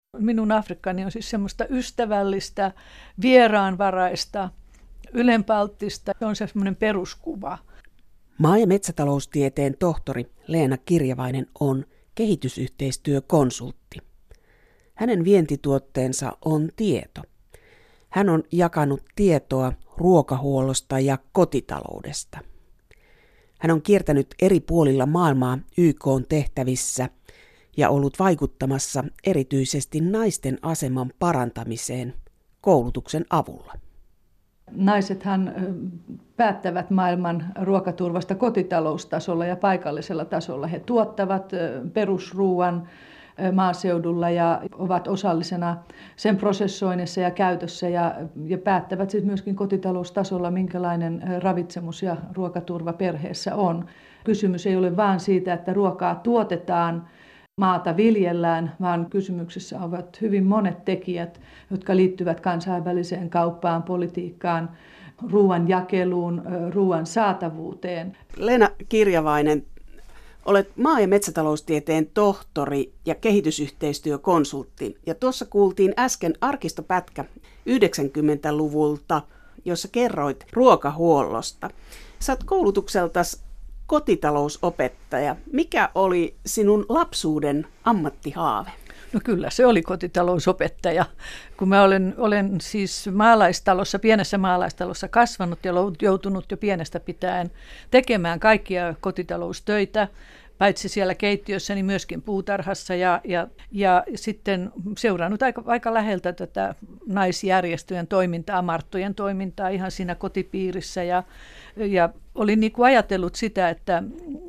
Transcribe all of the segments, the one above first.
Minun Afrikkani on siis semmoista ystävällistä, vieraanvaraista, ylenpalttista. Se on semmoinen peruskuva. Maa- ja metsätaloustieteen tohtori Leena Kirjavainen on kehitysyhteistyökonsultti. Hänen vientituotteensa on tieto. Hän on jakanut tietoa ruokahuollosta ja kotitaloudesta. Hän on kiertänyt eri puolilla maailmaa YK:n tehtävissä ja ollut vaikuttamassa erityisesti naisten aseman parantamiseen koulutuksen avulla. Naisethan päättävät maailman ruokaturvasta kotitaloustasolla ja paikallisella tasolla. He tuottavat perusruuan maaseudulla ja ovat osallisena sen prosessoinnissa ja käytössä ja päättävät siis myöskin kotitaloustasolla, minkälainen ravitsemus ja ruokaturva perheessä on. Kysymys ei ole vain siitä, että ruokaa tuotetaan, maata viljellään, vaan kysymyksessä ovat hyvin monet tekijät, jotka liittyvät kansainväliseen kauppaan, politiikkaan, ruoan jakeluun, ruoan saatavuuteen. Leena Kirjavainen, olet maa- ja metsätaloustieteen tohtori ja kehitysyhteistyökonsultti. Ja tuossa kuultiin äsken arkistopätkä 90-luvulta, jossa kerroit ruokahuollosta. Sä oot koulutukseltasi kotitalousopettaja. Mikä oli sinun lapsuuden ammattihaave? No kyllä, se oli kotitalousopettaja. Kun mä olen siis pienessä maalaistalossa kasvanut ja joutunut jo pienestä pitäen tekemään kaikkia kotitaloustöitä, paitsi siellä keittiössä, niin myöskin puutarhassa ja sitten seurannut aika läheltä tätä naisjärjestöjen toimintaa, Marttojen toimintaa ihan siinä kotipiirissä ja olin niin kuin ajatellut sitä, että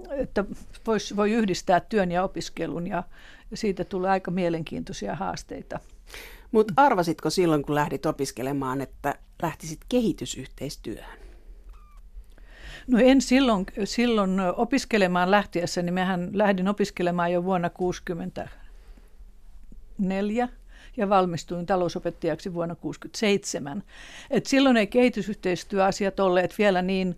voi yhdistää työn ja opiskelun ja siitä tulee aika mielenkiintoisia haasteita. Mutta arvasitko silloin, kun lähdit opiskelemaan, että lähtisit kehitysyhteistyöhön? No en silloin opiskelemaan lähtiessä, niin mehän lähdin opiskelemaan jo vuonna 1964 ja valmistuin talousopettajaksi vuonna 1967. Et silloin ei kehitysyhteistyöasiat olleet vielä niin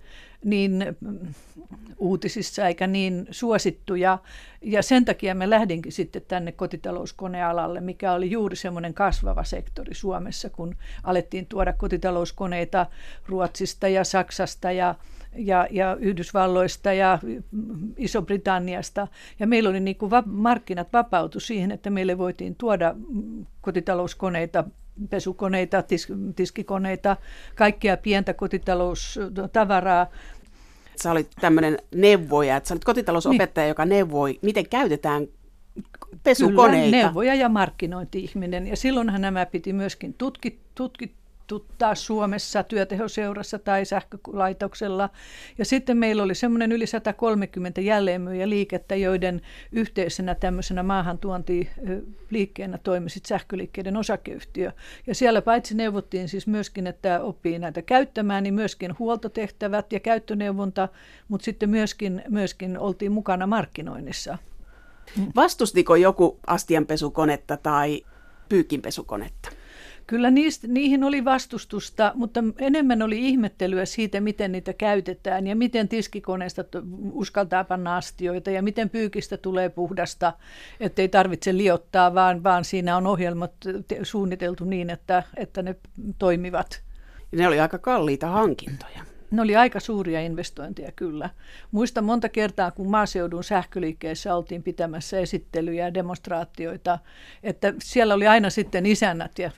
uutisissa eikä niin suosittuja. Ja sen takia me lähdinkin sitten tänne kotitalouskonealalle, mikä oli juuri semmoinen kasvava sektori Suomessa, kun alettiin tuoda kotitalouskoneita Ruotsista ja Saksasta ja Yhdysvalloista ja Iso-Britanniasta. Ja meillä oli niin kuin markkinat vapautu siihen, että meille voitiin tuoda kotitalouskoneita, pesukoneita, tiskikoneita, kaikkea pientä kotitaloustavaraa. Sä olit tämmöinen neuvoja, että sä olit kotitalousopettaja, joka neuvoi, miten käytetään pesukoneita. Kyllä, neuvoja ja markkinointi-ihminen. Ja silloinhan nämä piti myöskin tutkittaa Suomessa työtehoseurassa tai sähkölaitoksella. Ja sitten meillä oli semmoinen yli 130 jälleenmyyjäliikettä, joiden yhteisenä tämmöisenä maahantuontiliikkeenä toimi sit sähköliikkeiden osakeyhtiö. Ja siellä paitsi neuvottiin siis myöskin, että oppii näitä käyttämään, niin myöskin huoltotehtävät ja käyttöneuvonta, mutta sitten myöskin oltiin mukana markkinoinnissa. Vastustiko joku astianpesukonetta tai pyykinpesukonetta? Kyllä niihin oli vastustusta, mutta enemmän oli ihmettelyä siitä, miten niitä käytetään ja miten tiskikoneesta uskaltaa panna astioita ja miten pyykistä tulee puhdasta, ettei tarvitse liottaa, vaan siinä on ohjelmat suunniteltu niin, että ne toimivat. Ne oli aika kalliita hankintoja. Ne oli aika suuria investointeja kyllä. Muistan monta kertaa, kun maaseudun sähköliikkeessä oltiin pitämässä esittelyjä ja demonstraatioita, että siellä oli aina sitten isännät ja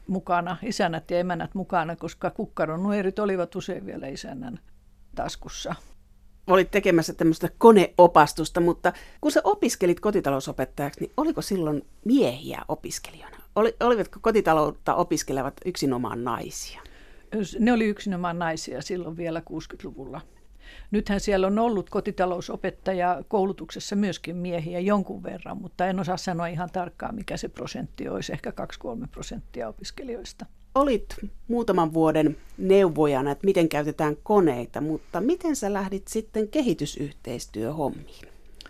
emännät mukana, koska kukkaron nuerit olivat usein vielä isännän taskussa. Olit tekemässä tämmöistä koneopastusta, mutta kun sä opiskelit kotitalousopettajaksi, niin oliko silloin miehiä opiskelijoina? Olivatko kotitaloutta opiskelevat yksinomaan naisia? Ne oli yksinomaan naisia silloin vielä 60-luvulla. Nythän siellä on ollut kotitalousopettaja koulutuksessa myöskin miehiä jonkun verran, mutta en osaa sanoa ihan tarkkaan, mikä se prosentti olisi, ehkä 2-3% opiskelijoista. Olit muutaman vuoden neuvojana, että miten käytetään koneita, mutta miten sä lähdit sitten kehitysyhteistyöhommiin?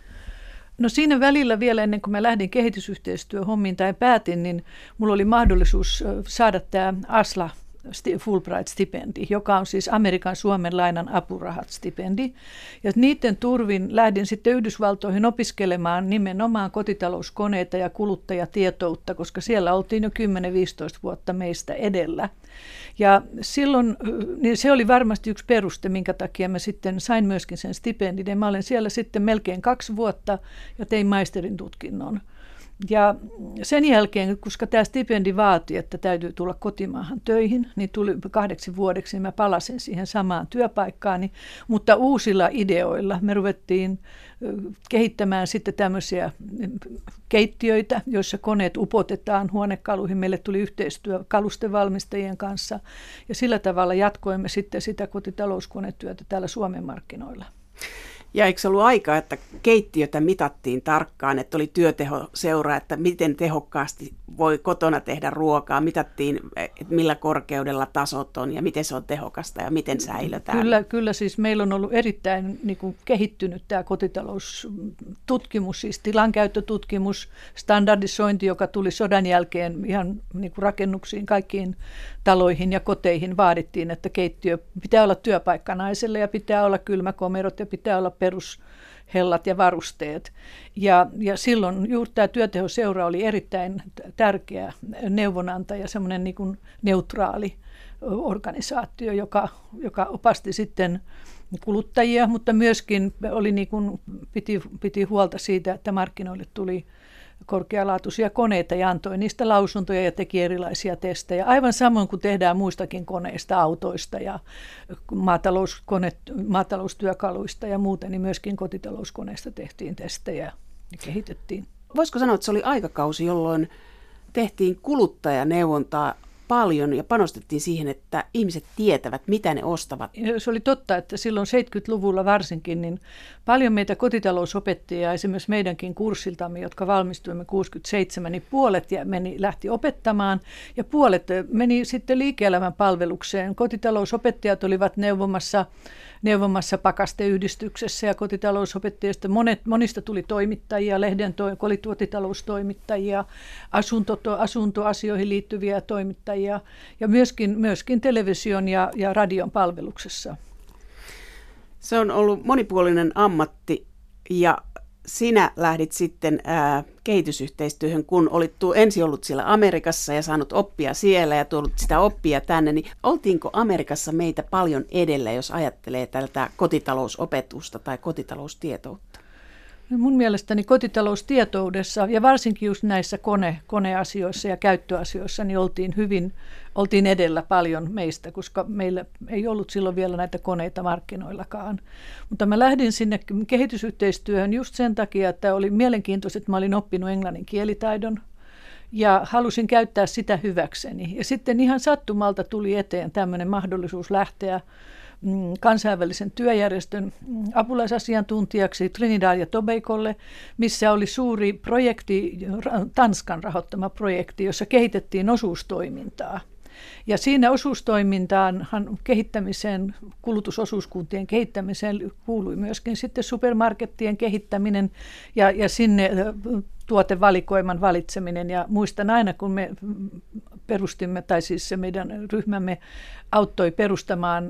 No siinä välillä vielä ennen kuin mä lähdin kehitysyhteistyöhommiin tai päätin, niin mulla oli mahdollisuus saada tämä ASLA Fulbright-stipendi, joka on siis Amerikan Suomen lainan apurahat-stipendi. Ja niiden turvin lähdin sitten Yhdysvaltoihin opiskelemaan nimenomaan kotitalouskoneita ja kuluttajatietoutta, koska siellä oltiin jo 10-15 vuotta meistä edellä. Ja silloin niin se oli varmasti yksi peruste, minkä takia mä sitten sain myöskin sen stipendin. Ja mä olen siellä sitten melkein 2 vuotta ja tein maisterin tutkinnon. Ja sen jälkeen, koska tämä stipendi vaati, että täytyy tulla kotimaahan töihin, niin tuli 8 vuodeksi, niin mä palasin siihen samaan työpaikkaani, mutta uusilla ideoilla. Me ruvettiin kehittämään sitten tämmöisiä keittiöitä, joissa koneet upotetaan huonekaluihin. Meille tuli yhteistyö kalustevalmistajien kanssa ja sillä tavalla jatkoimme sitten sitä kotitalouskonetyötä täällä Suomen markkinoilla. Ja eikö se ollut aika, että keittiötä mitattiin tarkkaan, että oli työtehoseura, että miten tehokkaasti voi kotona tehdä ruokaa, mitattiin, että millä korkeudella tasot on ja miten se on tehokasta ja miten säilötään? Kyllä siis meillä on ollut erittäin kehittynyt tämä kotitaloustutkimus, siis tilankäyttötutkimus, standardisointi, joka tuli sodan jälkeen ihan rakennuksiin, kaikkiin taloihin ja koteihin vaadittiin, että keittiö pitää olla työpaikka naiselle ja pitää olla kylmäkomerot ja pitää olla perushellat ja varusteet. Ja silloin juuri tämä työtehoseura oli erittäin tärkeä neuvonantaja, semmoinen neutraali organisaatio, joka opasti sitten kuluttajia, mutta myöskin oli piti huolta siitä, että markkinoille tuli korkealaatuisia koneita ja antoi niistä lausuntoja ja teki erilaisia testejä. Aivan samoin kuin tehdään muistakin koneista, autoista ja maataloustyökaluista ja muuten, niin myöskin kotitalouskoneista tehtiin testejä ja kehitettiin. Voisiko sanoa, että se oli aikakausi, jolloin tehtiin kuluttajaneuvontaa paljon ja panostettiin siihen, että ihmiset tietävät, mitä ne ostavat? Se oli totta, että silloin 70-luvulla varsinkin, niin paljon meitä kotitalousopettajia, esimerkiksi meidänkin kurssiltamme, jotka valmistuimme 67, niin puolet lähti opettamaan ja puolet meni sitten liike-elämän palvelukseen. Kotitalousopettajat olivat neuvomassa pakasteyhdistyksessä ja kotitalousopettajista monista tuli toimittajia, kotitaloustoimittajia, asuntoasioihin liittyviä toimittajia ja myöskin television ja radion palveluksessa. Se on ollut monipuolinen ammatti ja sinä lähdit sitten kehitysyhteistyöhön, kun olit ensin ollut siellä Amerikassa ja saanut oppia siellä ja tuonut sitä oppia tänne, niin oltiinko Amerikassa meitä paljon edellä, jos ajattelee tältä kotitalousopetusta tai kotitaloustietoutta? Mun mielestäni kotitaloustietoudessa ja varsinkin just näissä koneasioissa ja käyttöasioissa niin oltiin edellä paljon meistä, koska meillä ei ollut silloin vielä näitä koneita markkinoillakaan. Mutta mä lähdin sinne kehitysyhteistyöhön just sen takia, että oli mielenkiintoista, että mä olin oppinut englannin kielitaidon ja halusin käyttää sitä hyväkseni. Ja sitten ihan sattumalta tuli eteen tämmöinen mahdollisuus lähteä kansainvälisen työjärjestön apulaisasiantuntijaksi Trinidad ja Tobagolle, missä oli suuri projekti, Tanskan rahoittama projekti, jossa kehitettiin osuustoimintaa. Ja siinä osuustoimintaan kehittämiseen, kulutusosuuskuntien kehittämiseen kuului myöskin sitten supermarkettien kehittäminen ja sinne tuotevalikoiman valitseminen. Ja muistan aina, kun me perustimme, tai siis se meidän ryhmämme auttoi perustamaan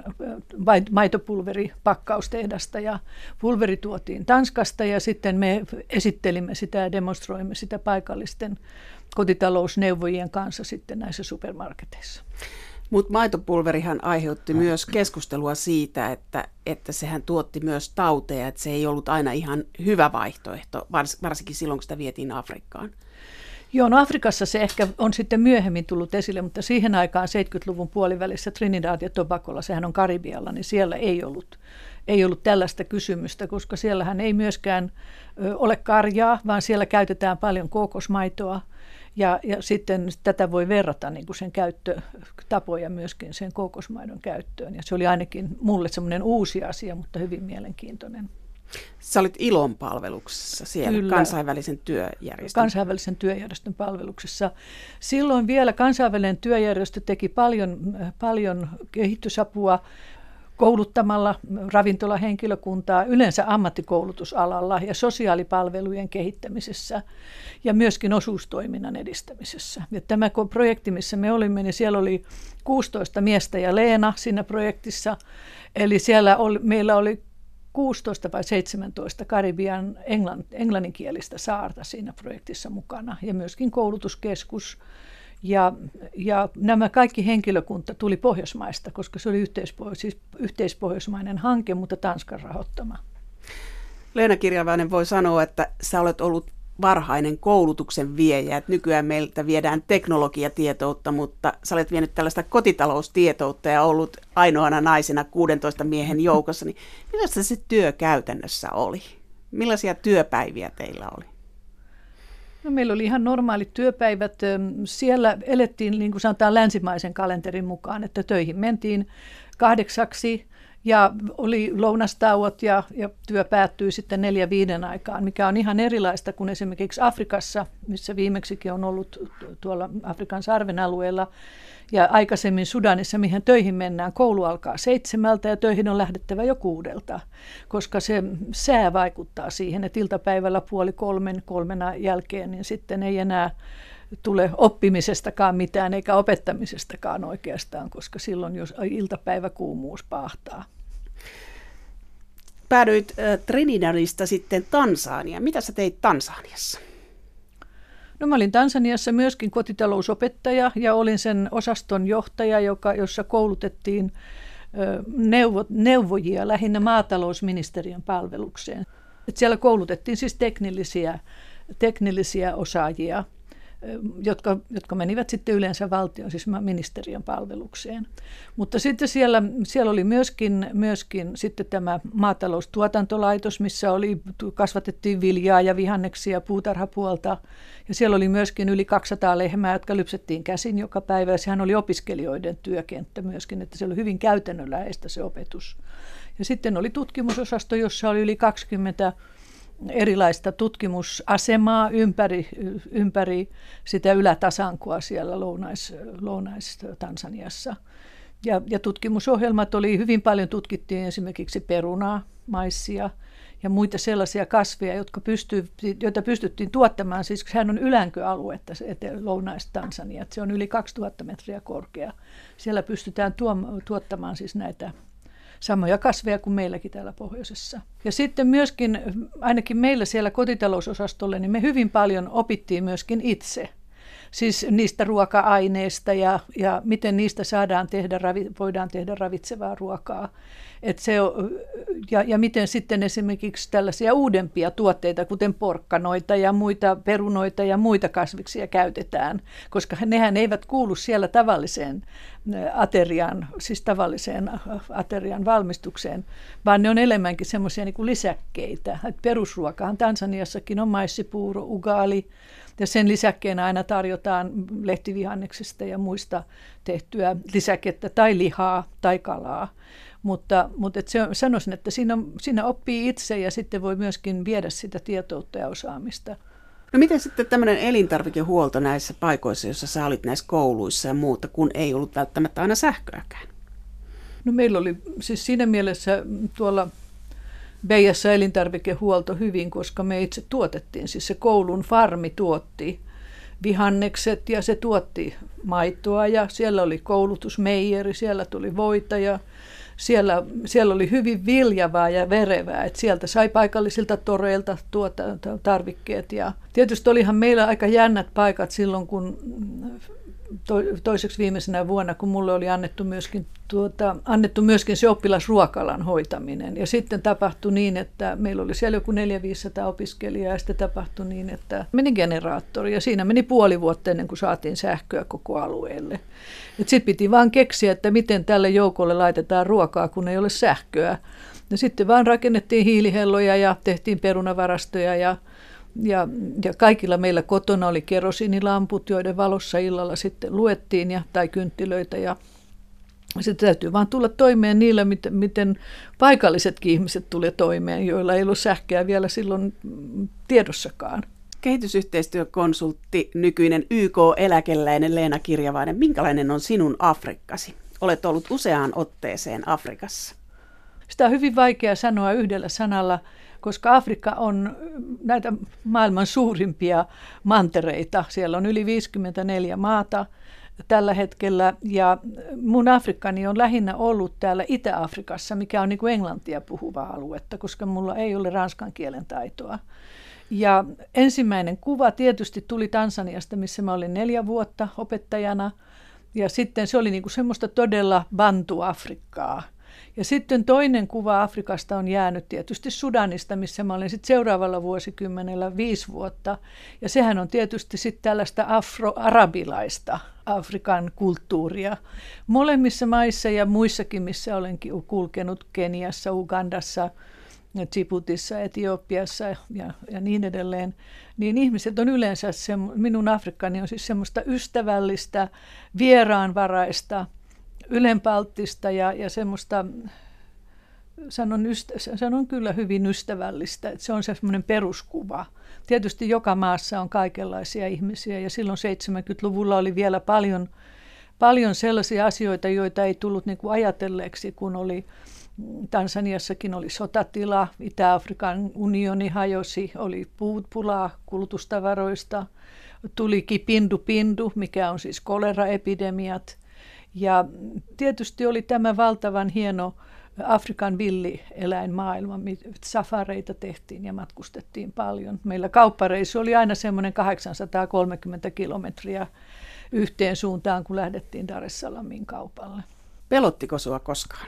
maitopulveripakkaustehasta ja pulveri tuotiin Tanskasta ja sitten me esittelimme sitä ja demonstroimme sitä paikallisten kotitalousneuvojien kanssa sitten näissä supermarketeissa. Mutta maitopulverihan aiheutti myös keskustelua siitä, että sehän tuotti myös tauteja, että se ei ollut aina ihan hyvä vaihtoehto, varsinkin silloin, kun sitä vietiin Afrikkaan. Joo, no Afrikassa se ehkä on sitten myöhemmin tullut esille, mutta siihen aikaan 70-luvun puolivälissä Trinidad ja Tobagolla, sehän on Karibialla, niin siellä ei ollut tällaista kysymystä, koska siellähän ei myöskään ole karjaa, vaan siellä käytetään paljon kookosmaitoa. Ja sitten tätä voi verrata niin kuin sen käyttötapoja myöskin sen kookosmaidon käyttöön. Ja se oli ainakin mulle semmoinen uusi asia, mutta hyvin mielenkiintoinen. Sä olit ILOn palveluksessa siellä, kyllä, kansainvälisen työjärjestön palveluksessa. Silloin vielä kansainvälinen työjärjestö teki paljon kehitysapua kouluttamalla ravintolahenkilökuntaa yleensä ammattikoulutusalalla ja sosiaalipalvelujen kehittämisessä ja myöskin osuustoiminnan edistämisessä. Ja tämä projekti, missä me olimme, niin siellä oli 16 miestä ja Leena siinä projektissa. Eli meillä oli 16 vai 17 Karibian englanninkielistä saarta siinä projektissa mukana ja myöskin koulutuskeskus. Ja nämä kaikki henkilökunta tuli Pohjoismaista, koska se oli yhteispohjoismainen hanke, mutta Tanskan rahoittama. Leena Kirjavainen voi sanoa, että sä olet ollut varhainen koulutuksen viejä. Että nykyään meiltä viedään teknologiatietoutta, mutta sä olet vienyt tällaista kotitaloustietoutta ja ollut ainoana naisena 16 miehen joukossa. Niin millaista se työ käytännössä oli? Millaisia työpäiviä teillä oli? No, meillä oli ihan normaalit työpäivät. Siellä elettiin, niin kuin sanotaan, länsimaisen kalenterin mukaan, että töihin mentiin 8 ja oli lounastauot ja työ päättyi sitten 4-5 aikaan, mikä on ihan erilaista kuin esimerkiksi Afrikassa, missä viimeksikin on ollut tuolla Afrikan sarven alueella. Ja aikaisemmin Sudanissa, mihin töihin mennään, koulu alkaa 7 ja töihin on lähdettävä jo 6, koska se sää vaikuttaa siihen, että iltapäivällä 2:30 jälkeen niin sitten ei enää tule oppimisestakaan mitään eikä opettamisestakaan oikeastaan, koska silloin jos iltapäiväkuumuus paahtaa. Päädyit Trinidadista sitten Tansaniaan. Mitä sä teit Tansaniassa? No, mä olin Tansaniassa myöskin kotitalousopettaja ja olin sen osaston johtaja, jossa koulutettiin neuvojia lähinnä maatalousministeriön palvelukseen. Et siellä koulutettiin siis teknillisiä osaajia, jotka menivät sitten yleensä valtion, siis ministeriön palvelukseen. Mutta sitten siellä oli myöskin sitten tämä maataloustuotantolaitos, missä kasvatettiin viljaa ja vihanneksia puutarhapuolta. Ja siellä oli myöskin yli 200 lehmää, jotka lypsettiin käsin joka päivä. Ja sehän oli opiskelijoiden työkenttä myöskin, että se oli hyvin käytännönläheistä se opetus. Ja sitten oli tutkimusosasto, jossa oli yli 20 erilaista tutkimusasemaa ympäri sitä ylätasankoa siellä Lounais-Tansaniassa. Ja tutkimusohjelmat oli hyvin paljon, tutkittiin esimerkiksi perunaa, maissia ja muita sellaisia kasveja, joita pystyttiin tuottamaan. Siis sehän on ylänköaluetta se Lounais-Tansania, se on yli 2000 metriä korkea. Siellä pystytään tuottamaan siis näitä samoja kasveja kuin meilläkin täällä pohjoisessa. Ja sitten myöskin, ainakin meillä siellä kotitalousosastolla, niin me hyvin paljon opittiin myöskin itse. Siis niistä ruoka-aineista ja miten niistä voidaan tehdä ravitsevaa ruokaa. Ja miten sitten esimerkiksi tällaisia uudempia tuotteita, kuten porkkanoita ja muita perunoita ja muita kasviksia käytetään, koska nehän eivät kuulu siellä tavalliseen aterian valmistukseen, vaan ne on enemmänkin semmoisia niin kuin lisäkkeitä. Et perusruokahan Tansaniassakin on maissipuuro, ugali, ja sen lisäkkeenä aina tarjotaan lehtivihanneksista ja muista tehtyä lisäkettä tai lihaa tai kalaa. Mutta sanoisin, että siinä oppii itse ja sitten voi myöskin viedä sitä tietoutta ja osaamista. No miten sitten tämmöinen elintarvikehuolto näissä paikoissa, joissa sä olit näissä kouluissa ja muuta, kun ei ollut välttämättä aina sähköäkään? No meillä oli siis siinä mielessä tuolla Beijassa elintarvikehuolto hyvin, koska me itse tuotettiin. Siis se koulun farmi tuotti vihannekset ja se tuotti maitoa ja siellä oli koulutusmeijeri, siellä tuli voita ja siellä oli hyvin viljavaa ja verevää, että sieltä sai paikallisilta toreilta tarvikkeet. Ja tietysti olihan meillä aika jännät paikat silloin, kun toiseksi viimeisenä vuonna, kun mulle oli annettu myöskin se oppilasruokalan hoitaminen. Ja sitten tapahtui niin, että meillä oli siellä joku 400-500 opiskelijaa ja sitten tapahtui niin, että meni generaattori ja siinä meni puoli vuotta ennen kuin saatiin sähköä koko alueelle. Sitten piti vaan keksiä, että miten tälle joukolle laitetaan ruokaa, kun ei ole sähköä. Ja sitten vaan rakennettiin hiilihelloja ja tehtiin perunavarastoja ja kaikilla meillä kotona oli kerosiinilamput, joiden valossa illalla sitten luettiin tai kynttilöitä. Ja sitten täytyy vaan tulla toimeen niillä, miten paikallisetkin ihmiset tulee toimeen, joilla ei ollut sähköä vielä silloin tiedossakaan. Kehitysyhteistyökonsultti, nykyinen YK-eläkeläinen Leena Kirjavainen, minkälainen on sinun Afrikkasi? Olet ollut useaan otteeseen Afrikassa. Sitä on hyvin vaikea sanoa yhdellä sanalla, koska Afrikka on näitä maailman suurimpia mantereita. Siellä on yli 54 maata tällä hetkellä, ja mun Afrikkani on lähinnä ollut täällä Itä-Afrikassa, mikä on niin kuin englantia puhuvaa aluetta, koska mulla ei ole ranskan kielen taitoa. Ja ensimmäinen kuva tietysti tuli Tansaniasta, missä mä olin 4 vuotta opettajana, ja sitten se oli niin kuin semmoista todella bantu-Afrikkaa. Ja sitten toinen kuva Afrikasta on jäänyt tietysti Sudanista, missä mä olin sitten seuraavalla vuosikymmenellä 5 vuotta. Ja sehän on tietysti sitten tällaista afro-arabilaista Afrikan kulttuuria. Molemmissa maissa ja muissakin, missä olen kulkenut, Keniassa, Ugandassa, Djiboutissa, Etiopiassa ja niin edelleen, niin ihmiset on yleensä, minun Afrikkani on siis semmoista ystävällistä, vieraanvaraista, ylenpalttista ja semmoista, sanon kyllä hyvin ystävällistä, että se on semmoinen peruskuva. Tietysti joka maassa on kaikenlaisia ihmisiä ja silloin 70-luvulla oli vielä paljon sellaisia asioita, joita ei tullut niin kuin ajatelleeksi, kun oli Tansaniassakin oli sotatila, Itä-Afrikan unioni hajosi, oli pulaa kulutustavaroista, tuli kipindupindu, mikä on siis koleraepidemiat. Ja tietysti oli tämä valtavan hieno Afrikan villieläinmaailma, safareita tehtiin ja matkustettiin paljon. Meillä kauppareissu oli aina semmoinen 830 kilometriä yhteen suuntaan, kun lähdettiin Dar es Salaamiin kaupalle. Pelottiko sua koskaan?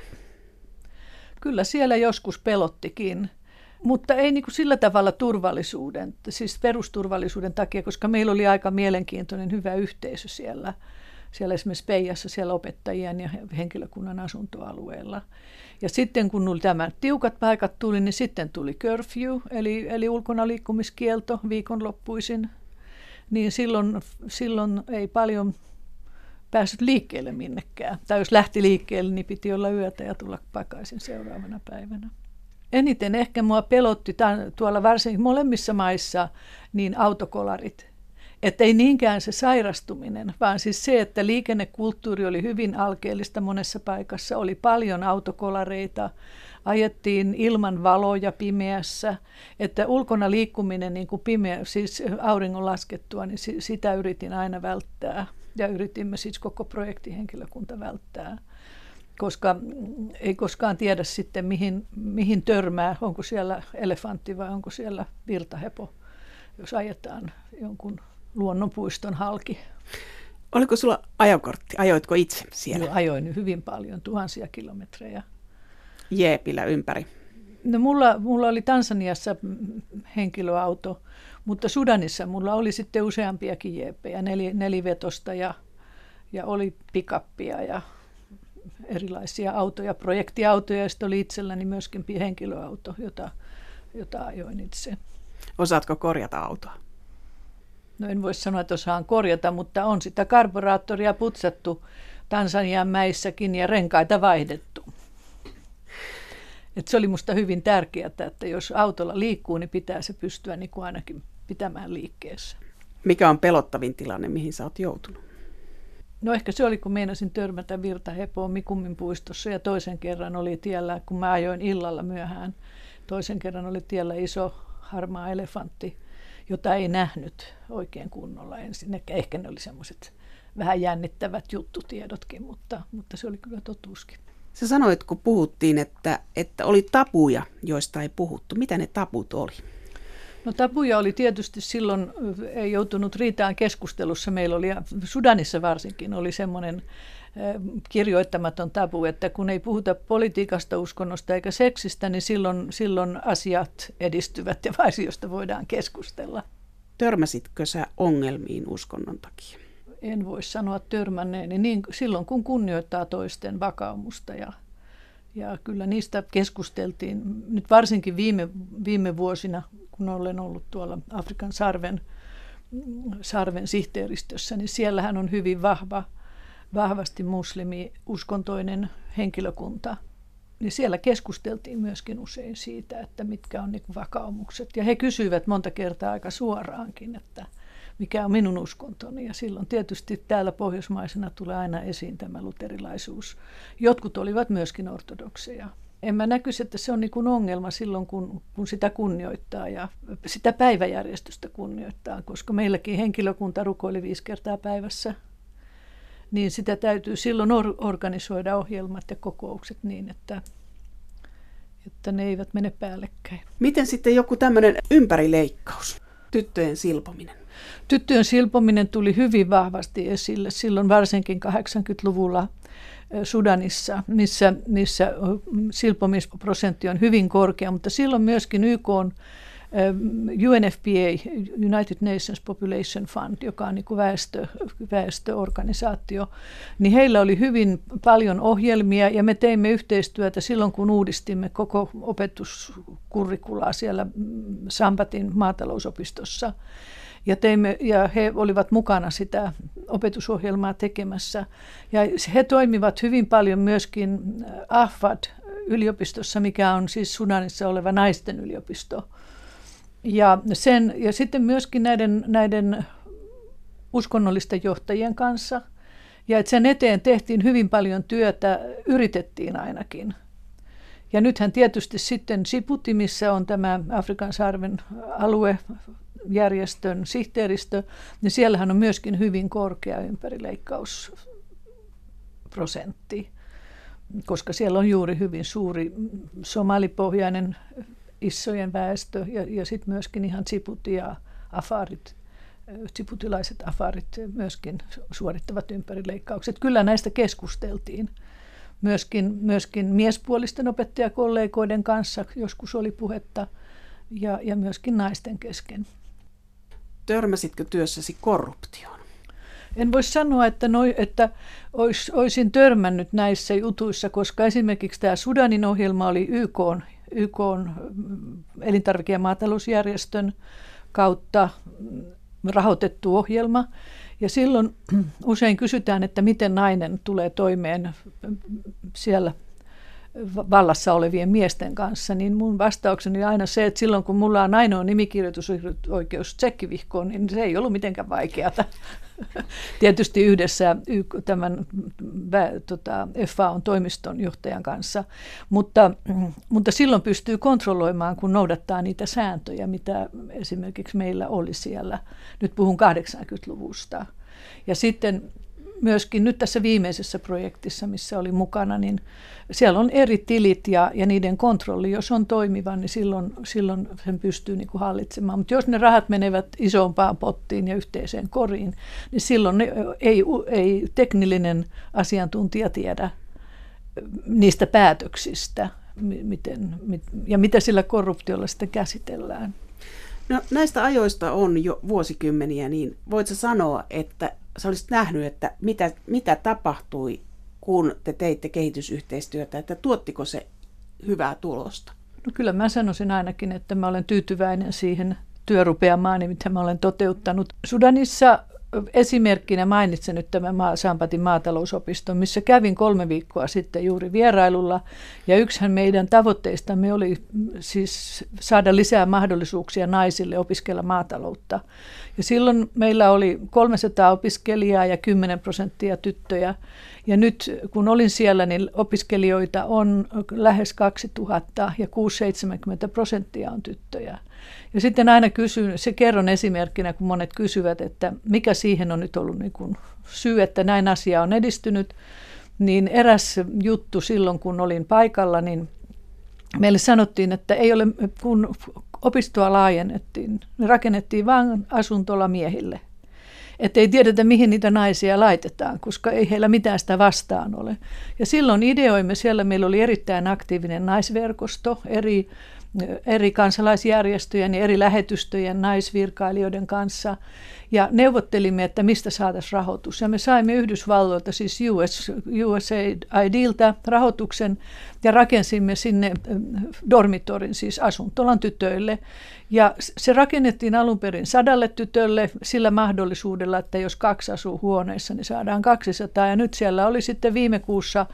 Kyllä siellä joskus pelottikin, mutta ei niin kuin sillä tavalla turvallisuuden, siis perusturvallisuuden takia, koska meillä oli aika mielenkiintoinen hyvä yhteisö siellä esimerkiksi Peijassa, siellä opettajien ja henkilökunnan asuntoalueella. Ja sitten kun tämä tiukat paikat tuli, niin sitten tuli curfew, eli ulkona liikkumiskielto viikonloppuisin, niin silloin ei paljon päässyt liikkeelle minnekään. Tai jos lähti liikkeelle, niin piti olla yötä ja tulla takaisin seuraavana päivänä. Eniten ehkä mua pelotti tuolla varsinkin molemmissa maissa niin autokolarit. Että ei niinkään se sairastuminen, vaan siis se, että liikennekulttuuri oli hyvin alkeellista monessa paikassa. Oli paljon autokolareita, ajettiin ilman valoja pimeässä, että ulkona liikkuminen niin kuin siis auringon laskettua, niin sitä yritin aina välttää. Ja yritimme siis koko projektihenkilökunta välttää, koska ei koskaan tiedä sitten mihin törmää, onko siellä elefantti vai onko siellä virtahepo, jos ajetaan jonkun luonnonpuiston halki. Oliko sulla ajokortti? Ajoitko itse siellä? Joo, ajoin hyvin paljon, 1000 kilometrejä. Jeepillä ympäri? No mulla oli Tansaniassa henkilöauto, mutta Sudanissa mulla oli sitten useampiakin jeepejä, 4-vetosta ja oli pikappia ja erilaisia autoja, projektiautoja, ja sitten oli itselläni myöskin henkilöauto, jota ajoin itse. Osaatko korjata autoa? No en voi sanoa, että osaan korjata, mutta on sitä karburaattoria putsattu Tansanian mäissäkin ja renkaita vaihdettu. Et se oli musta hyvin tärkeää, että jos autolla liikkuu, niin pitää se pystyä niin kuin ainakin pitämään liikkeessä. Mikä on pelottavin tilanne, mihin sä oot joutunut? No ehkä se oli, kun meinasin törmätä virtahepoon Mikummin puistossa ja toisen kerran oli tiellä, kun mä ajoin illalla myöhään, toisen kerran oli tiellä iso harmaa elefantti, jota ei nähnyt oikein kunnolla ensin. Ehkä ne oli semmoiset vähän jännittävät juttutiedotkin, mutta se oli kyllä totuuskin. Sä sanoit, kun puhuttiin, että oli tabuja, joista ei puhuttu. Mitä ne tabut oli? No tabuja oli tietysti silloin, ei joutunut riitaan keskustelussa. Meillä oli, Sudanissa varsinkin, oli semmoinen kirjoittamaton tabu, että kun ei puhuta politiikasta, uskonnosta eikä seksistä, niin silloin asiat edistyvät ja asioista voidaan keskustella. Törmäsitkö sä ongelmiin uskonnon takia? En voi sanoa törmänneeni niin silloin, kun kunnioittaa toisten vakaumusta ja kyllä niistä keskusteltiin. Nyt varsinkin viime vuosina, kun olen ollut tuolla Afrikan sarven sihteeristössä, niin siellähän on hyvin vahvasti muslimi-uskontoinen henkilökunta. Niin siellä keskusteltiin myöskin usein siitä, että mitkä on niin kuin vakaumukset. Ja he kysyivät monta kertaa aika suoraankin, että mikä on minun uskontoni. Ja silloin tietysti täällä pohjoismaisena tulee aina esiin tämä luterilaisuus. Jotkut olivat myöskin ortodokseja. En mä näkyisi, että se on niin kuin ongelma silloin, kun sitä kunnioittaa ja sitä päiväjärjestystä kunnioittaa, koska meilläkin henkilökunta rukoili 5 kertaa päivässä. Niin sitä täytyy silloin organisoida ohjelmat ja kokoukset niin, että ne eivät mene päällekkäin. Miten sitten joku tämmöinen ympärileikkaus, tyttöjen silpominen? Tyttöjen silpominen tuli hyvin vahvasti esille silloin varsinkin 80-luvulla Sudanissa, missä silpomisprosentti on hyvin korkea, mutta silloin myöskin YK:n UNFPA, United Nations Population Fund, joka on niin kuin väestöorganisaatio, niin heillä oli hyvin paljon ohjelmia ja me teimme yhteistyötä silloin, kun uudistimme koko opetuskurrikulaa siellä Sambatin maatalousopistossa. Ja he olivat mukana sitä opetusohjelmaa tekemässä. Ja he toimivat hyvin paljon myöskin Ahfad-yliopistossa, mikä on siis Sudanissa oleva naisten yliopisto. Ja sitten myöskin näiden uskonnollisten johtajien kanssa. Ja että sen eteen tehtiin hyvin paljon työtä, yritettiin ainakin. Ja nythän tietysti sitten Djibouti, missä on tämä Afrikan sarven aluejärjestön sihteeristö, niin siellähän on myöskin hyvin korkea ympärileikkausprosentti, koska siellä on juuri hyvin suuri somalipohjainen issojen väestö ja sitten myöskin ihan Djibouti ja afarit, djiboutilaiset afarit myöskin suorittavat ympärileikkaukset. Kyllä näistä keskusteltiin. Myöskin miespuolisten opettajakollegoiden kanssa joskus oli puhetta ja myöskin naisten kesken. Törmäsitkö työssäsi korruptioon? En voi sanoa, että olisin törmännyt näissä jutuissa, koska esimerkiksi tämä Sudanin ohjelma oli YK:n elintarvike- ja maatalousjärjestön kautta rahoitettu ohjelma. Ja silloin usein kysytään, että miten nainen tulee toimeen siellä vallassa olevien miesten kanssa, niin mun vastaukseni on aina se, että silloin kun mulla on ainoa nimikirjoitusoikeus tsekkivihkoon, niin se ei ollut mitenkään vaikeata. Tietysti yhdessä tämän FAOn toimiston johtajan kanssa, mutta silloin pystyy kontrolloimaan, kun noudattaa niitä sääntöjä, mitä esimerkiksi meillä oli siellä. Nyt puhun 80-luvusta. Ja sitten myöskin nyt tässä viimeisessä projektissa, missä oli mukana, niin siellä on eri tilit ja niiden kontrolli. Jos on toimiva, niin silloin sen pystyy niin kuin hallitsemaan. Mutta jos ne rahat menevät isompaan pottiin ja yhteiseen koriin, niin silloin ei teknillinen asiantuntija tiedä niistä päätöksistä ja mitä sillä korruptiolla sitten käsitellään. No, näistä ajoista on jo vuosikymmeniä, niin voitko sanoa, että sä olisit nähnyt, että mitä tapahtui, kun te teitte kehitysyhteistyötä, että tuottiko se hyvää tulosta? No kyllä mä sanoisin ainakin, että mä olen tyytyväinen siihen työrupeamaani, mitä mä olen toteuttanut. Sudanissa esimerkkinä mainitsen nyt tämän Sambatin maatalousopiston, missä kävin 3 viikkoa sitten juuri vierailulla. Ja yksihän meidän tavoitteistamme oli siis saada lisää mahdollisuuksia naisille opiskella maataloutta. Ja silloin meillä oli 300 opiskelijaa ja 10% tyttöjä. Ja nyt kun olin siellä, niin opiskelijoita on lähes 2000 ja 6-70% on tyttöjä. Ja sitten aina kerron esimerkkinä, kun monet kysyvät, että mikä siihen on nyt ollut niin kuin syy, että näin asia on edistynyt, niin eräs juttu silloin, kun olin paikalla, niin meille sanottiin, että ei ole, kun opistoa laajennettiin, me rakennettiin vain asuntola miehille. Että ei tiedetä, mihin niitä naisia laitetaan, koska ei heillä mitään sitä vastaan ole. Ja silloin ideoimme siellä, meillä oli erittäin aktiivinen naisverkosto, eri kansalaisjärjestöjen ja eri lähetystöjen naisvirkailijoiden kanssa. Ja neuvottelimme, että mistä saataisiin rahoitus. Ja me saimme Yhdysvalloilta, siis USAIDiltä rahoituksen ja rakensimme sinne dormitorin, siis asuntolan tytöille. Ja se rakennettiin alun perin 100 tytölle sillä mahdollisuudella, että jos 2 asuu huoneessa, niin saadaan 200. Ja nyt siellä oli sitten viime kuussa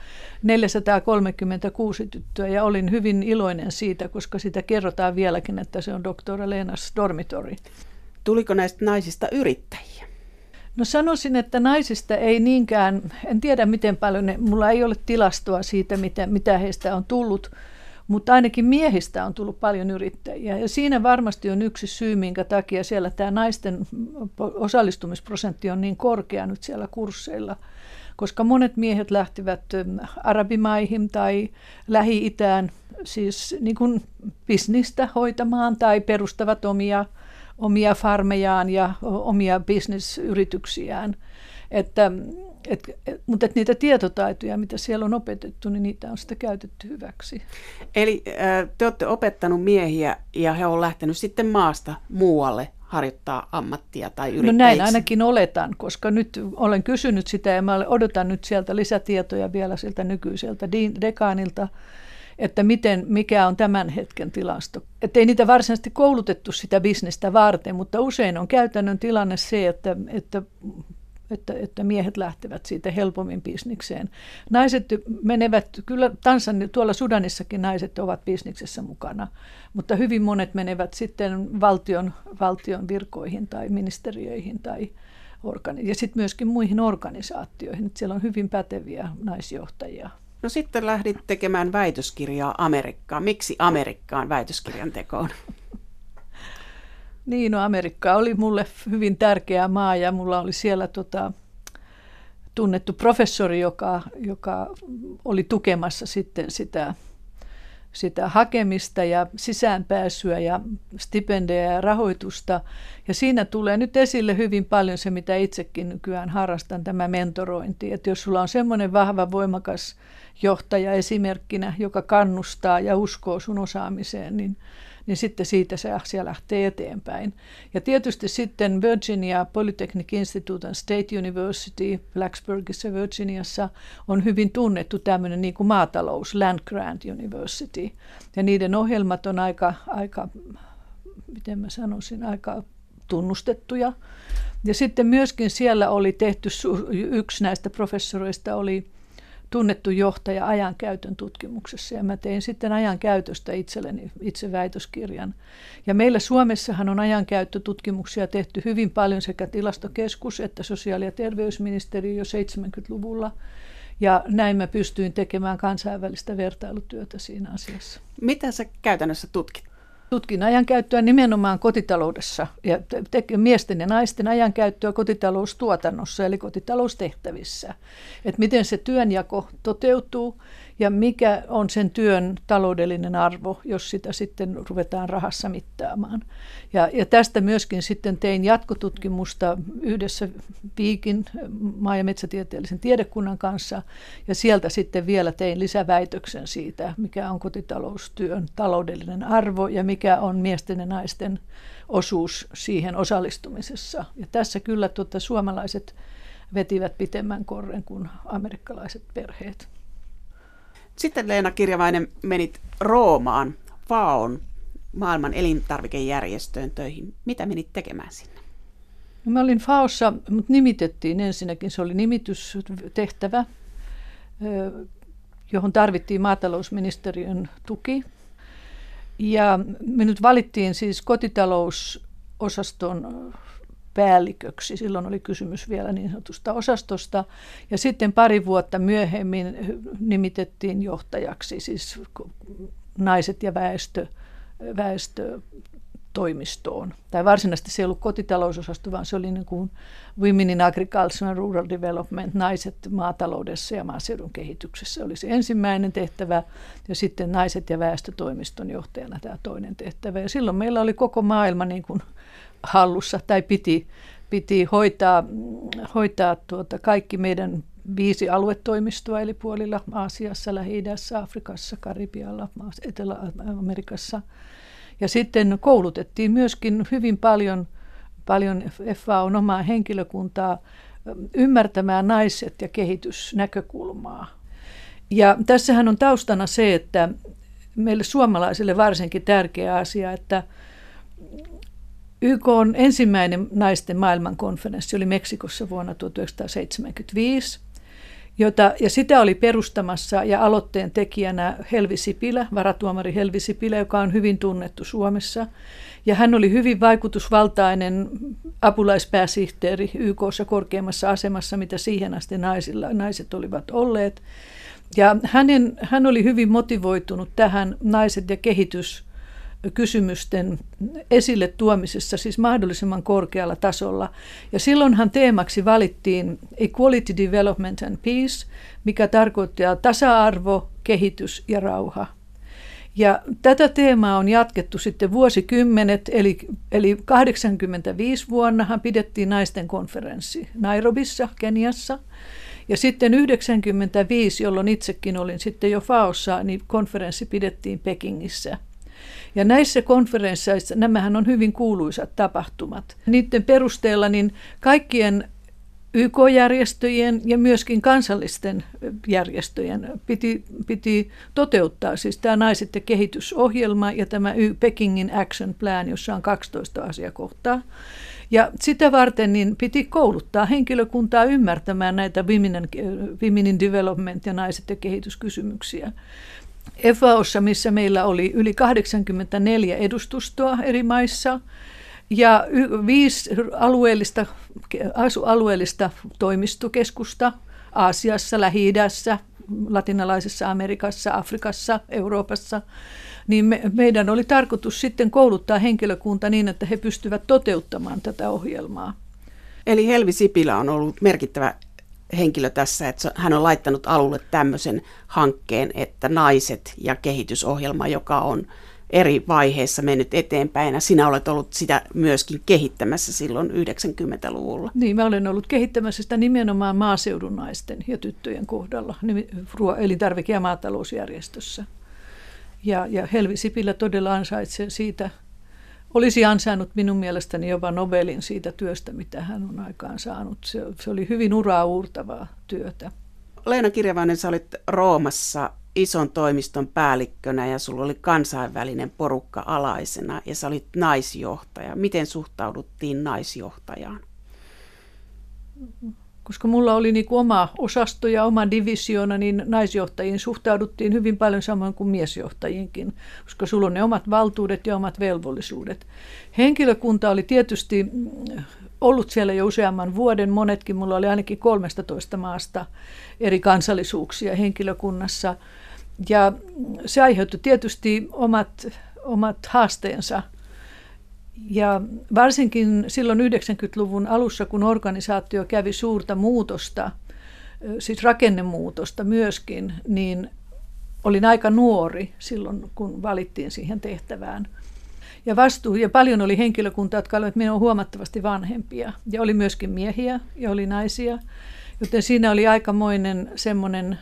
436 tyttöä ja olin hyvin iloinen siitä, koska sitä kerrotaan vieläkin, että se on Dr. Lenas dormitori. Tuliko näistä naisista yrittäjiä? No sanoisin, että naisista ei niinkään, en tiedä miten paljon, mulla ei ole tilastoa siitä, mitä heistä on tullut, Mutta ainakin miehistä on tullut paljon yrittäjiä. Ja siinä varmasti on yksi syy, minkä takia siellä tämä naisten osallistumisprosentti on niin korkea nyt siellä kursseilla. Koska monet miehet lähtivät arabimaihin tai Lähi-Itään siis niin kuin bisnistä hoitamaan tai perustavat omia farmejaan ja omia bisnesyrityksiään. Mutta niitä tietotaitoja, mitä siellä on opetettu, niin niitä on sitä käytetty hyväksi. Eli te olette opettanut miehiä ja he on lähtenyt sitten maasta muualle harjoittaa ammattia tai yrittäjiksi? No näin ainakin oletan, koska nyt olen kysynyt sitä ja mä odotan nyt sieltä lisätietoja vielä sieltä nykyiseltä dekaanilta, että mikä on tämän hetken tilasto. Että ei niitä varsinaisesti koulutettu sitä bisnestä varten, mutta usein on käytännön tilanne se, että miehet lähtevät siitä helpommin bisnikseen. Naiset menevät, kyllä tuolla Sudanissakin naiset ovat bisniksessä mukana, mutta hyvin monet menevät sitten valtion virkoihin tai ministeriöihin ja sitten myöskin muihin organisaatioihin. Siellä on hyvin päteviä naisjohtajia. No sitten lähdit tekemään väitöskirjaa Amerikkaan. Miksi Amerikkaan väitöskirjan tekoon? Niin, no Amerikka oli mulle hyvin tärkeä maa ja mulla oli siellä tunnettu professori, joka oli tukemassa sitten sitä hakemista ja sisäänpääsyä ja stipendejä ja rahoitusta. Ja siinä tulee nyt esille hyvin paljon se, mitä itsekin nykyään harrastan, tämä mentorointi. Että jos sulla on semmoinen vahva, voimakas johtaja esimerkkinä, joka kannustaa ja uskoo sun osaamiseen, niin sitten siitä se asia lähtee eteenpäin. Ja tietysti sitten Virginia Polytechnic Institute and State University Blacksburgissa Virginiassa on hyvin tunnettu tämmöinen niin kuin maatalous, Land Grant University. Ja niiden ohjelmat on aika miten mä sanoisin, aika tunnustettuja. Ja sitten myöskin siellä oli tehty, yksi näistä professoreista oli tunnettu johtaja ajankäytön tutkimuksessa, ja mä tein sitten ajankäytöstä itse väitöskirjan. Ja meillä Suomessahan on ajankäyttötutkimuksia tehty hyvin paljon sekä tilastokeskus että sosiaali- ja terveysministeriö jo 70-luvulla, ja näin mä pystyin tekemään kansainvälistä vertailutyötä siinä asiassa. Mitä sä käytännössä tutkit? Tutkin ajankäyttöä nimenomaan kotitaloudessa ja miesten ja naisten ajankäyttöä kotitaloustuotannossa eli kotitaloustehtävissä. Että miten se työnjako toteutuu ja mikä on sen työn taloudellinen arvo, jos sitä sitten ruvetaan rahassa mittaamaan. Ja tästä myöskin sitten tein jatkotutkimusta yhdessä Viikin maa- ja metsätieteellisen tiedekunnan kanssa ja sieltä sitten vielä tein lisäväitöksen siitä, mikä on kotitaloustyön taloudellinen arvo ja mikä on miesten ja naisten osuus siihen osallistumisessa. Ja tässä kyllä suomalaiset vetivät pitemmän korren kuin amerikkalaiset perheet. Sitten Leena Kirjavainen menit Roomaan, FAOn, maailman elintarvikejärjestöön töihin. Mitä menit tekemään sinne? Mä olin FAOssa, mutta nimitettiin ensinnäkin. Se oli nimitystehtävä, johon tarvittiin maatalousministeriön tuki. Ja minut valittiin siis kotitalousosaston päälliköksi. Silloin oli kysymys vielä niin sanotusta osastosta. Ja sitten pari vuotta myöhemmin nimitettiin johtajaksi, siis naiset ja väestötoimistoon. Tai varsinaisesti se ei ollut kotitalousosasto, vaan se oli niin kuin Women in Agriculture and Rural Development, naiset maataloudessa ja maaseudun kehityksessä oli se ensimmäinen tehtävä, ja sitten naiset ja väestötoimiston johtajana tämä toinen tehtävä. Ja silloin meillä oli koko maailma niin kuin hallussa, tai piti hoitaa kaikki meidän 5 aluetoimistoa, eli puolilla Aasiassa, Lähi-idässä, Afrikassa, Karibialla, Etelä-Amerikassa. Ja sitten koulutettiin myöskin hyvin paljon FAOn omaa henkilökuntaa ymmärtämään naiset ja kehitysnäkökulmaa. Ja tässähän on taustana se, että meille suomalaisille varsinkin tärkeä asia, että YK:n ensimmäinen naisten maailmankonferenssi oli Meksikossa vuonna 1975. ja sitä oli perustamassa ja aloitteen tekijänä Helvi Sipilä, varatuomari Helvi Sipilä, joka on hyvin tunnettu Suomessa. Ja hän oli hyvin vaikutusvaltainen apulaispääsihteeri YK:ssa korkeimmassa asemassa, mitä siihen asti naiset olivat olleet. Ja hän oli hyvin motivoitunut tähän naiset ja kehityskysymysten esille tuomisessa, siis mahdollisimman korkealla tasolla. Ja silloinhan teemaksi valittiin Equality, Development and Peace, mikä tarkoittaa tasa-arvo, kehitys ja rauha. Ja tätä teemaa on jatkettu sitten vuosikymmenet, eli 85 vuonnahan pidettiin naisten konferenssi Nairobissa, Keniassa. Ja sitten 95, jolloin itsekin olin sitten jo FAOssa, niin konferenssi pidettiin Pekingissä. Ja näissä konferensseissa, nämähän on hyvin kuuluisat tapahtumat. Niiden perusteella niin kaikkien YK-järjestöjen ja myöskin kansallisten järjestöjen piti toteuttaa siis tämä naiset ja kehitysohjelma ja tämä Pekingin Action Plan, jossa on 12 asiakohtaa. Ja sitä varten niin piti kouluttaa henkilökuntaa ymmärtämään näitä women in development ja naiset ja kehityskysymyksiä. FAOssa, missä meillä oli yli 84 edustustoa eri maissa, ja 5 alueellista toimistokeskusta Aasiassa, Lähi-idässä, Latinalaisessa Amerikassa, Afrikassa, Euroopassa, niin meidän oli tarkoitus sitten kouluttaa henkilökunta niin, että he pystyvät toteuttamaan tätä ohjelmaa. Eli Helvi Sipilä on ollut merkittävä henkilö tässä, että hän on laittanut alulle tämmöisen hankkeen, että naiset ja kehitysohjelma, joka on eri vaiheissa mennyt eteenpäin, ja sinä olet ollut sitä myöskin kehittämässä silloin 90-luvulla. Niin, mä olen ollut kehittämässä sitä nimenomaan maaseudun naisten ja tyttöjen kohdalla elintarvike- ja maatalousjärjestössä. Ja Helvi Sipilä todella ansaitsee siitä, olisi ansainnut minun mielestäni jopa Nobelin siitä työstä, mitä hän on aikaan saanut. Se oli hyvin uraa uurtavaa työtä. Leena Kirjavainen, sä olit Roomassa ison toimiston päällikkönä ja sulla oli kansainvälinen porukka alaisena ja sä olit naisjohtaja. Miten suhtauduttiin naisjohtajaan? Koska mulla oli niin kuin oma osasto ja oma divisioona, niin naisjohtajiin suhtauduttiin hyvin paljon samoin kuin miesjohtajiinkin, koska sulla on ne omat valtuudet ja omat velvollisuudet. Henkilökunta oli tietysti ollut siellä jo useamman vuoden, monetkin, mulla oli ainakin 13 maasta eri kansallisuuksia henkilökunnassa, ja se aiheutti tietysti omat haasteensa. Ja varsinkin silloin 90-luvun alussa, kun organisaatio kävi suurta muutosta, siis rakennemuutosta myöskin, niin olin aika nuori silloin, kun valittiin siihen tehtävään. Ja paljon oli henkilökuntaa, jotka olivat minua huomattavasti vanhempia. Ja oli myöskin miehiä ja oli naisia, joten siinä oli aikamoinen semmoinen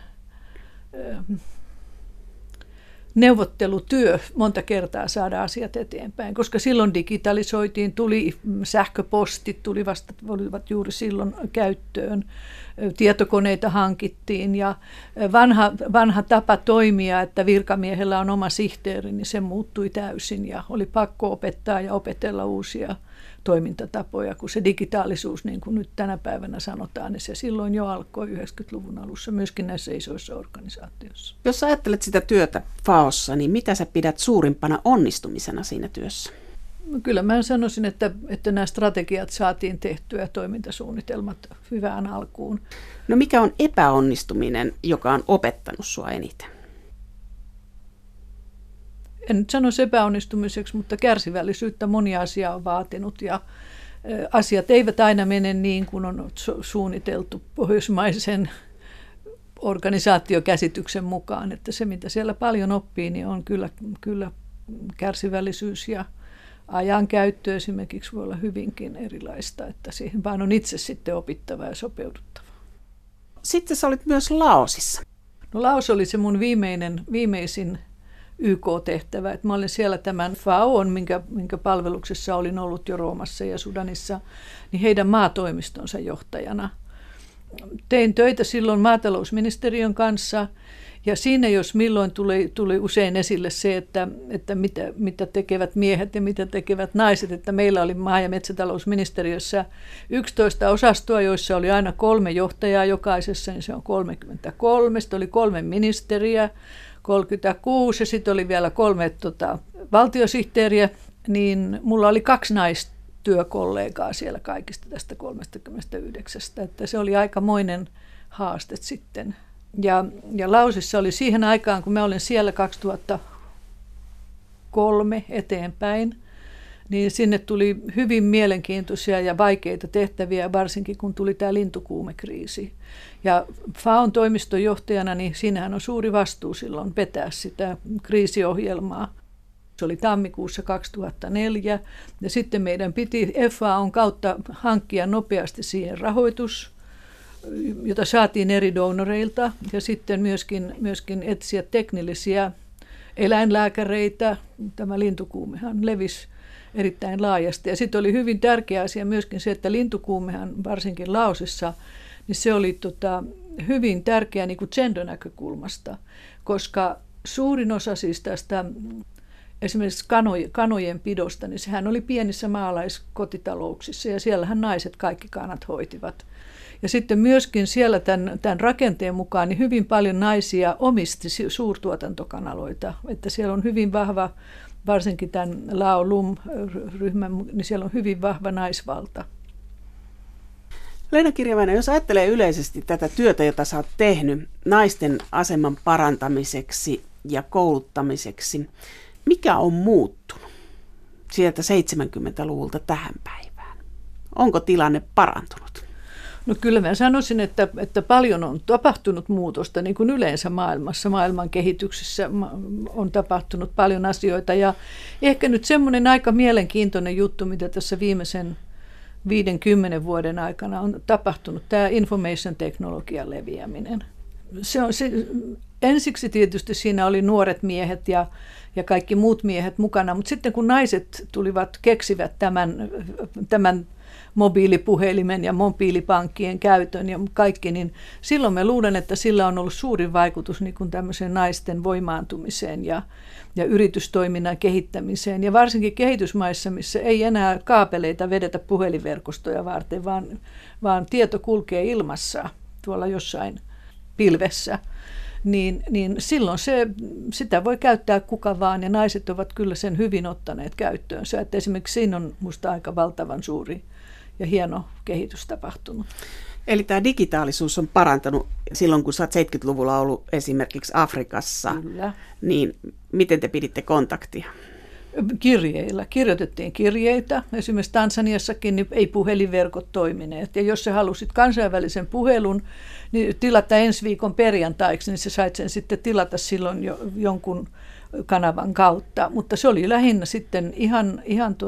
neuvottelutyö monta kertaa saada asiat eteenpäin, koska silloin digitalisoitiin, tuli sähköpostit, olivat juuri silloin käyttöön, tietokoneita hankittiin ja vanha tapa toimia, että virkamiehellä on oma sihteeri, niin se muuttui täysin ja oli pakko opettaa ja opetella uusia toimintatapoja, kun se digitaalisuus, niin kuin nyt tänä päivänä sanotaan, niin se silloin jo alkoi 90-luvun alussa, myöskin näissä isoissa organisaatioissa. Jos ajattelet sitä työtä FAOssa, niin mitä sä pidät suurimpana onnistumisena siinä työssä? Kyllä mä sanoisin, että nämä strategiat saatiin tehtyä ja toimintasuunnitelmat hyvään alkuun. No mikä on epäonnistuminen, joka on opettanut sua eniten? En nyt sanoisi epäonnistumiseksi, mutta kärsivällisyyttä moni asia on vaatinut ja asiat eivät aina mene niin kuin on suunniteltu pohjoismaisen organisaatiokäsityksen mukaan. Että se, mitä siellä paljon oppii, niin on kyllä kärsivällisyys ja ajankäyttö esimerkiksi voi olla hyvinkin erilaista, että siihen vaan on itse sitten opittava ja sopeuduttava. Sitten sä olit myös Laosissa. No Laos oli se mun viimeisin YK-tehtävä. Että mä olin siellä tämän FAOn, minkä palveluksessa olin ollut jo Roomassa ja Sudanissa, niin heidän maatoimistonsa johtajana. Tein töitä silloin maatalousministeriön kanssa Ja siinä jos milloin tuli usein esille se, että mitä tekevät miehet ja mitä tekevät naiset, että meillä oli maa- ja metsätalousministeriössä 11 osastoa, joissa oli aina 3 johtajaa jokaisessa, niin se on 33, sitten oli 3 ministeriä, 36 ja sitten oli vielä 3 valtiosihteeriä, niin mulla oli 2 naistyökollegaa siellä kaikista tästä 39, että se oli aikamoinen haaste sitten. Ja Laosissa oli siihen aikaan, kun mä olin siellä 2003 eteenpäin, niin sinne tuli hyvin mielenkiintoisia ja vaikeita tehtäviä, varsinkin kun tuli tämä lintukuumekriisi. Ja FAOn toimistonjohtajana, niin siinähän on suuri vastuu silloin vetää sitä kriisiohjelmaa. Se oli tammikuussa 2004, ja sitten meidän piti FAOn kautta hankkia nopeasti siihen rahoitus, jota saatiin eri donoreilta, ja sitten myöskin etsiä teknillisiä eläinlääkäreitä. Tämä lintukuumehan levisi erittäin laajasti. Ja sitten oli hyvin tärkeä asia myöskin se, että lintukuumehan varsinkin Laosissa, niin se oli hyvin tärkeä niin kuin gender-näkökulmasta, koska suurin osa siis tästä esimerkiksi kanojen pidosta, niin sehän oli pienissä maalaiskotitalouksissa, ja siellähän naiset kaikki kanat hoitivat. Ja sitten myöskin siellä tämän rakenteen mukaan niin hyvin paljon naisia omisti suurtuotantokanaloita, että siellä on hyvin vahva, varsinkin tämän Lao Lum-ryhmän, niin siellä on hyvin vahva naisvalta. Leena Kirjaväinen, jos ajattelee yleisesti tätä työtä, jota sä oot tehnyt naisten aseman parantamiseksi ja kouluttamiseksi, mikä on muuttunut sieltä 70-luvulta tähän päivään? Onko tilanne parantunut? No kyllä mä sanoisin, että paljon on tapahtunut muutosta, niin kuin yleensä maailman kehityksessä on tapahtunut paljon asioita. Ja ehkä nyt semmoinen aika mielenkiintoinen juttu, mitä tässä viimeisen 50 vuoden aikana on tapahtunut, tämä information-teknologian leviäminen. Ensiksi tietysti siinä oli nuoret miehet ja kaikki muut miehet mukana, mutta sitten kun naiset keksivät tämän mobiilipuhelimen ja mobiilipankkien käytön ja kaikki, niin silloin mä luulen, että sillä on ollut suuri vaikutus niin kuin tämmöiseen naisten voimaantumiseen ja yritystoiminnan kehittämiseen. Ja varsinkin kehitysmaissa, missä ei enää kaapeleita vedetä puhelinverkostoja varten, vaan tieto kulkee ilmassa tuolla jossain pilvessä, niin silloin sitä voi käyttää kuka vaan, ja naiset ovat kyllä sen hyvin ottaneet käyttöönsä. Että esimerkiksi siinä on minusta aika valtavan suuri ja hieno kehitys tapahtunut. Eli tämä digitaalisuus on parantanut silloin, kun sä oot 70-luvulla ollut esimerkiksi Afrikassa. Kyllä. Niin miten te piditte kontaktia? Kirjeillä. Kirjoitettiin kirjeitä. Esimerkiksi Tansaniassakin niin ei puhelinverkot toimineet. Ja jos sä halusit kansainvälisen puhelun niin tilata ensi viikon perjantaiksi, niin sä sait sen sitten tilata silloin jonkun kanavan kautta. Mutta se oli lähinnä sitten ihan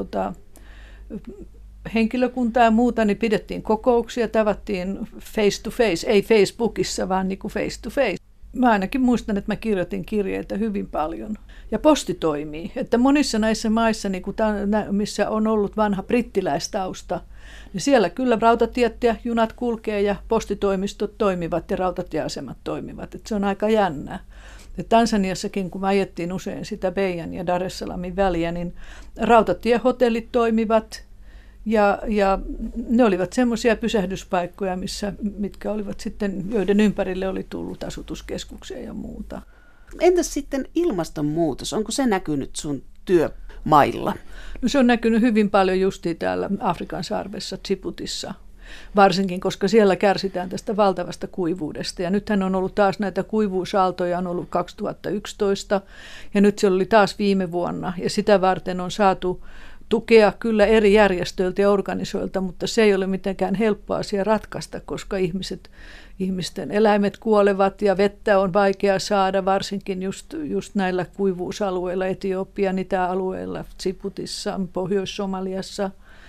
henkilökuntaa ja muuta, niin pidettiin kokouksia, tavattiin face to face, ei Facebookissa, vaan niin kuin face to face. Mä ainakin muistan, että mä kirjoitin kirjeitä hyvin paljon. Ja posti toimii. Että monissa näissä maissa, niin kuin missä on ollut vanha brittiläistausta, niin siellä kyllä rautatiet ja junat kulkee ja postitoimistot toimivat ja rautatieasemat toimivat. Että se on aika jännää. Ja Tansaniassakin, kun me ajettiin usein sitä Beijan ja Dar es Salamin väliä, niin rautatiehotellit toimivat. Ja ne olivat semmoisia pysähdyspaikkoja, mitkä olivat sitten, joiden ympärille oli tullut asutuskeskuksia ja muuta. Entäs sitten ilmastonmuutos? Onko se näkynyt sun työmailla? No se on näkynyt hyvin paljon justiin täällä Afrikan sarvessa, Djiboutissa. Varsinkin, koska siellä kärsitään tästä valtavasta kuivuudesta. Ja nythän on ollut taas näitä kuivuusaaltoja, on ollut 2011 ja nyt se oli taas viime vuonna. Ja sitä varten on saatu tukea kyllä eri järjestöiltä ja organisoilta, mutta se ei ole mitenkään helppo asia ratkaista, koska ihmisten eläimet kuolevat ja vettä on vaikea saada, varsinkin just näillä kuivuusalueilla, Etiopian itäalueilla, Djiboutissa, Pohjois-Somaliassa.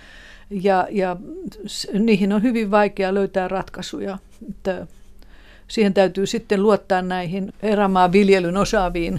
Ja niihin on hyvin vaikea löytää ratkaisuja. Että siihen täytyy sitten luottaa näihin erämaanviljelyn osaaviin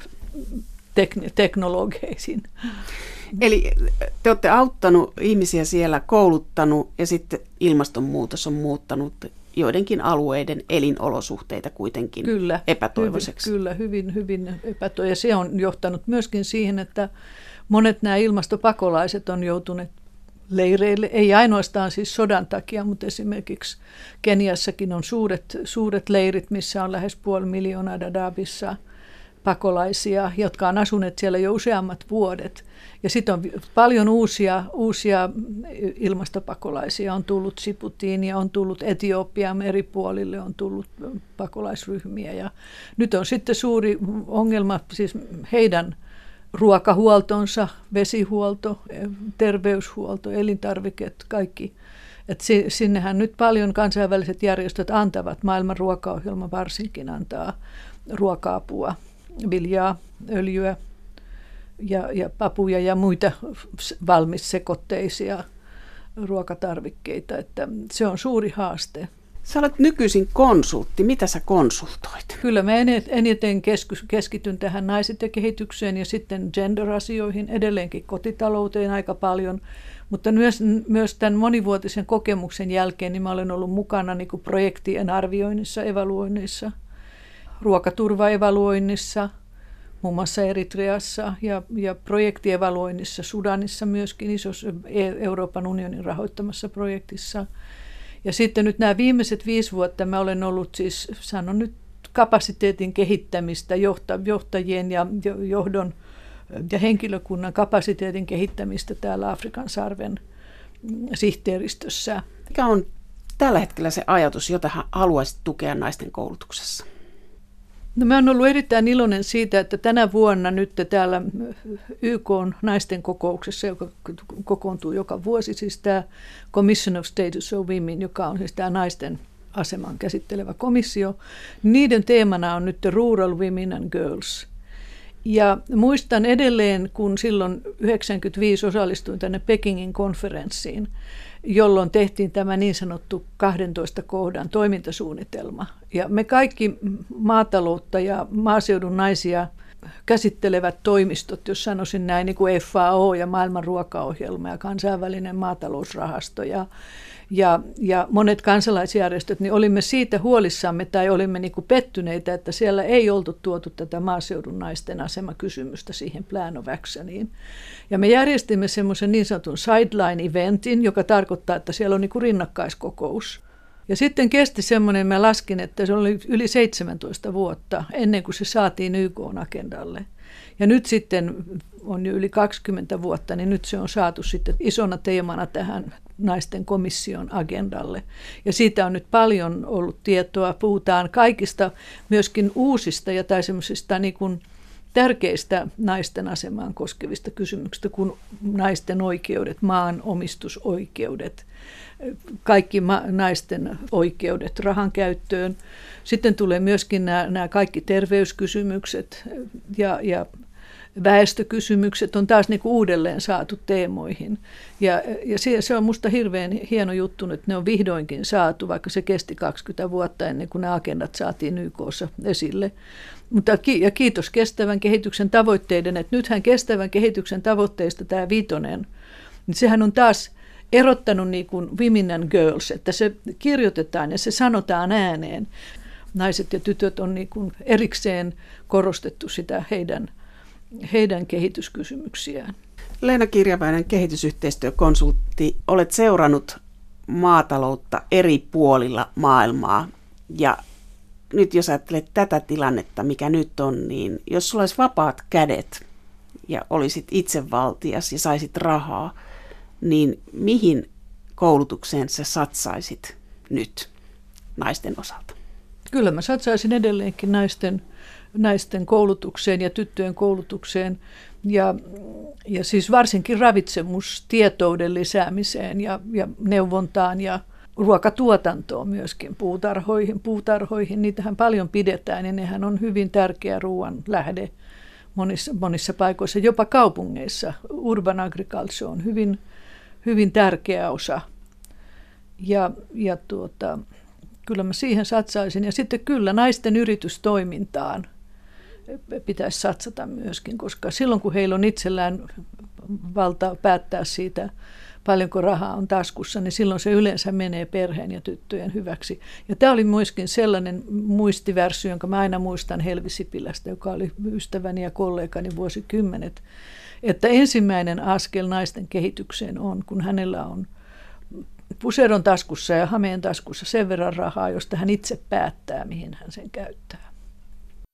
teknologeisiin. Eli te olette auttanut ihmisiä siellä, kouluttanut ja sitten ilmastonmuutos on muuttanut joidenkin alueiden elinolosuhteita kuitenkin epätoivoiseksi. Hyvin epätoivoiseksi. Ja se on johtanut myöskin siihen, että monet nämä ilmastopakolaiset on joutuneet leireille, ei ainoastaan siis sodan takia, mutta esimerkiksi Keniassakin on suuret leirit, missä on lähes 500,000 Dadaabissa pakolaisia, jotka on asuneet siellä jo useammat vuodet. Ja sitten on paljon uusia ilmastopakolaisia. On tullut Djiboutiin ja on tullut Etiopiaan eri puolille, on tullut pakolaisryhmiä. Ja nyt on sitten suuri ongelma siis heidän ruokahuoltonsa, vesihuolto, terveyshuolto, elintarvikkeet, kaikki. Et sinnehän nyt paljon kansainväliset järjestöt antavat, maailman ruokaohjelma varsinkin antaa ruoka-apua, viljaa, öljyä ja papuja ja muita valmissekoitteisia ruokatarvikkeita. Että se on suuri haaste. Sä olet nykyisin konsultti. Mitä sä konsultoit? Kyllä mä eniten keskityn tähän naiset ja kehitykseen ja sitten gender-asioihin, edelleenkin kotitalouteen aika paljon. Mutta myös tämän monivuotisen kokemuksen jälkeen niin mä olen ollut mukana niin kuin projektien arvioinnissa, evaluoinnissa, ruokaturvaevaluoinnissa, muun muassa Eritreassa ja projektievaluoinnissa Sudanissa myöskin isossa Euroopan unionin rahoittamassa projektissa. Ja sitten nyt nämä viimeiset 5 vuotta mä olen ollut siis, sanon nyt, kapasiteetin kehittämistä, johtajien ja johdon ja henkilökunnan kapasiteetin kehittämistä täällä Afrikan sarven sihteeristössä. Mikä on tällä hetkellä se ajatus, jota haluaisit tukea naisten koulutuksessa? No, mä oon ollut erittäin iloinen siitä, että tänä vuonna nyt täällä YK:n naisten kokouksessa, joka kokoontuu joka vuosi, siis tämä Commission of Status of Women, joka on siis tämä naisten aseman käsittelevä komissio, niiden teemana on nyt Rural Women and Girls. Ja muistan edelleen, kun silloin 1995 osallistuin tänne Pekingin konferenssiin, jolloin tehtiin tämä niin sanottu 12 kohdan toimintasuunnitelma. Ja me kaikki maataloutta ja maaseudun naisia käsittelevät toimistot, jos sanoisin näin, niin kuin FAO ja maailman ruokaohjelma ja kansainvälinen maatalousrahasto ja monet kansalaisjärjestöt, niin olimme siitä huolissamme tai olimme niin kuin pettyneitä, että siellä ei oltu tuotu tätä maaseudun naisten asemakysymystä siihen Plan of Actioniin. Ja me järjestimme semmoisen niin sanotun sideline-eventin, joka tarkoittaa, että siellä on niin kuin rinnakkaiskokous. Ja sitten kesti semmoinen, mä laskin, että se oli yli 17 vuotta ennen kuin se saatiin YK-agendalle. Ja nyt sitten on jo yli 20 vuotta, niin nyt se on saatu sitten isona teemana tähän naisten komission agendalle. Ja siitä on nyt paljon ollut tietoa. Puhutaan kaikista myöskin uusista tai semmoisista niin kuin tärkeistä naisten asemaan koskevista kysymyksistä, kuin naisten oikeudet, maanomistusoikeudet, kaikki naisten oikeudet rahan käyttöön. Sitten tulee myöskin nämä kaikki terveyskysymykset ja väestökysymykset on taas niin kuin uudelleen saatu teemoihin. Ja se on musta hirveän hieno juttu, että ne on vihdoinkin saatu, vaikka se kesti 20 vuotta ennen kuin nämä agendat saatiin YK:ssa esille. Mutta kiitos kestävän kehityksen tavoitteiden, että nythän kestävän kehityksen tavoitteista tämä 5, niin sehän on taas erottanut niin kuin women and girls, että se kirjoitetaan ja se sanotaan ääneen. Naiset ja tytöt on niin kuin erikseen korostettu sitä heidän kehityskysymyksiään. Leena Kirjaväinen, kehitysyhteistyökonsultti, olet seurannut maataloutta eri puolilla maailmaa ja nyt jos ajattelet tätä tilannetta, mikä nyt on, niin jos sulla olisi vapaat kädet ja olisit itsevaltias ja saisit rahaa, niin mihin koulutukseen sä satsaisit nyt naisten osalta? Kyllä mä satsaisin edelleenkin naisten koulutukseen ja tyttöjen koulutukseen ja siis varsinkin ravitsemustietouden lisäämiseen ja neuvontaan ja ruokatuotantoon myöskin, puutarhoihin. Niitähän paljon pidetään ja nehän on hyvin tärkeä ruoan lähde monissa paikoissa, jopa kaupungeissa. Urban agriculture on hyvin tärkeä osa ja kyllä mä siihen satsaisin. Ja sitten kyllä naisten yritystoimintaan pitäisi satsata myöskin, koska silloin kun heillä on itsellään valta päättää siitä paljonko rahaa on taskussa, niin silloin se yleensä menee perheen ja tyttöjen hyväksi. Ja tämä oli myöskin sellainen muistivärsy, jonka mä aina muistan Helvi Sipilästä, joka oli ystäväni ja kollegani vuosikymmenet, että ensimmäinen askel naisten kehitykseen on, kun hänellä on puseron taskussa ja hameen taskussa sen verran rahaa, josta hän itse päättää, mihin hän sen käyttää.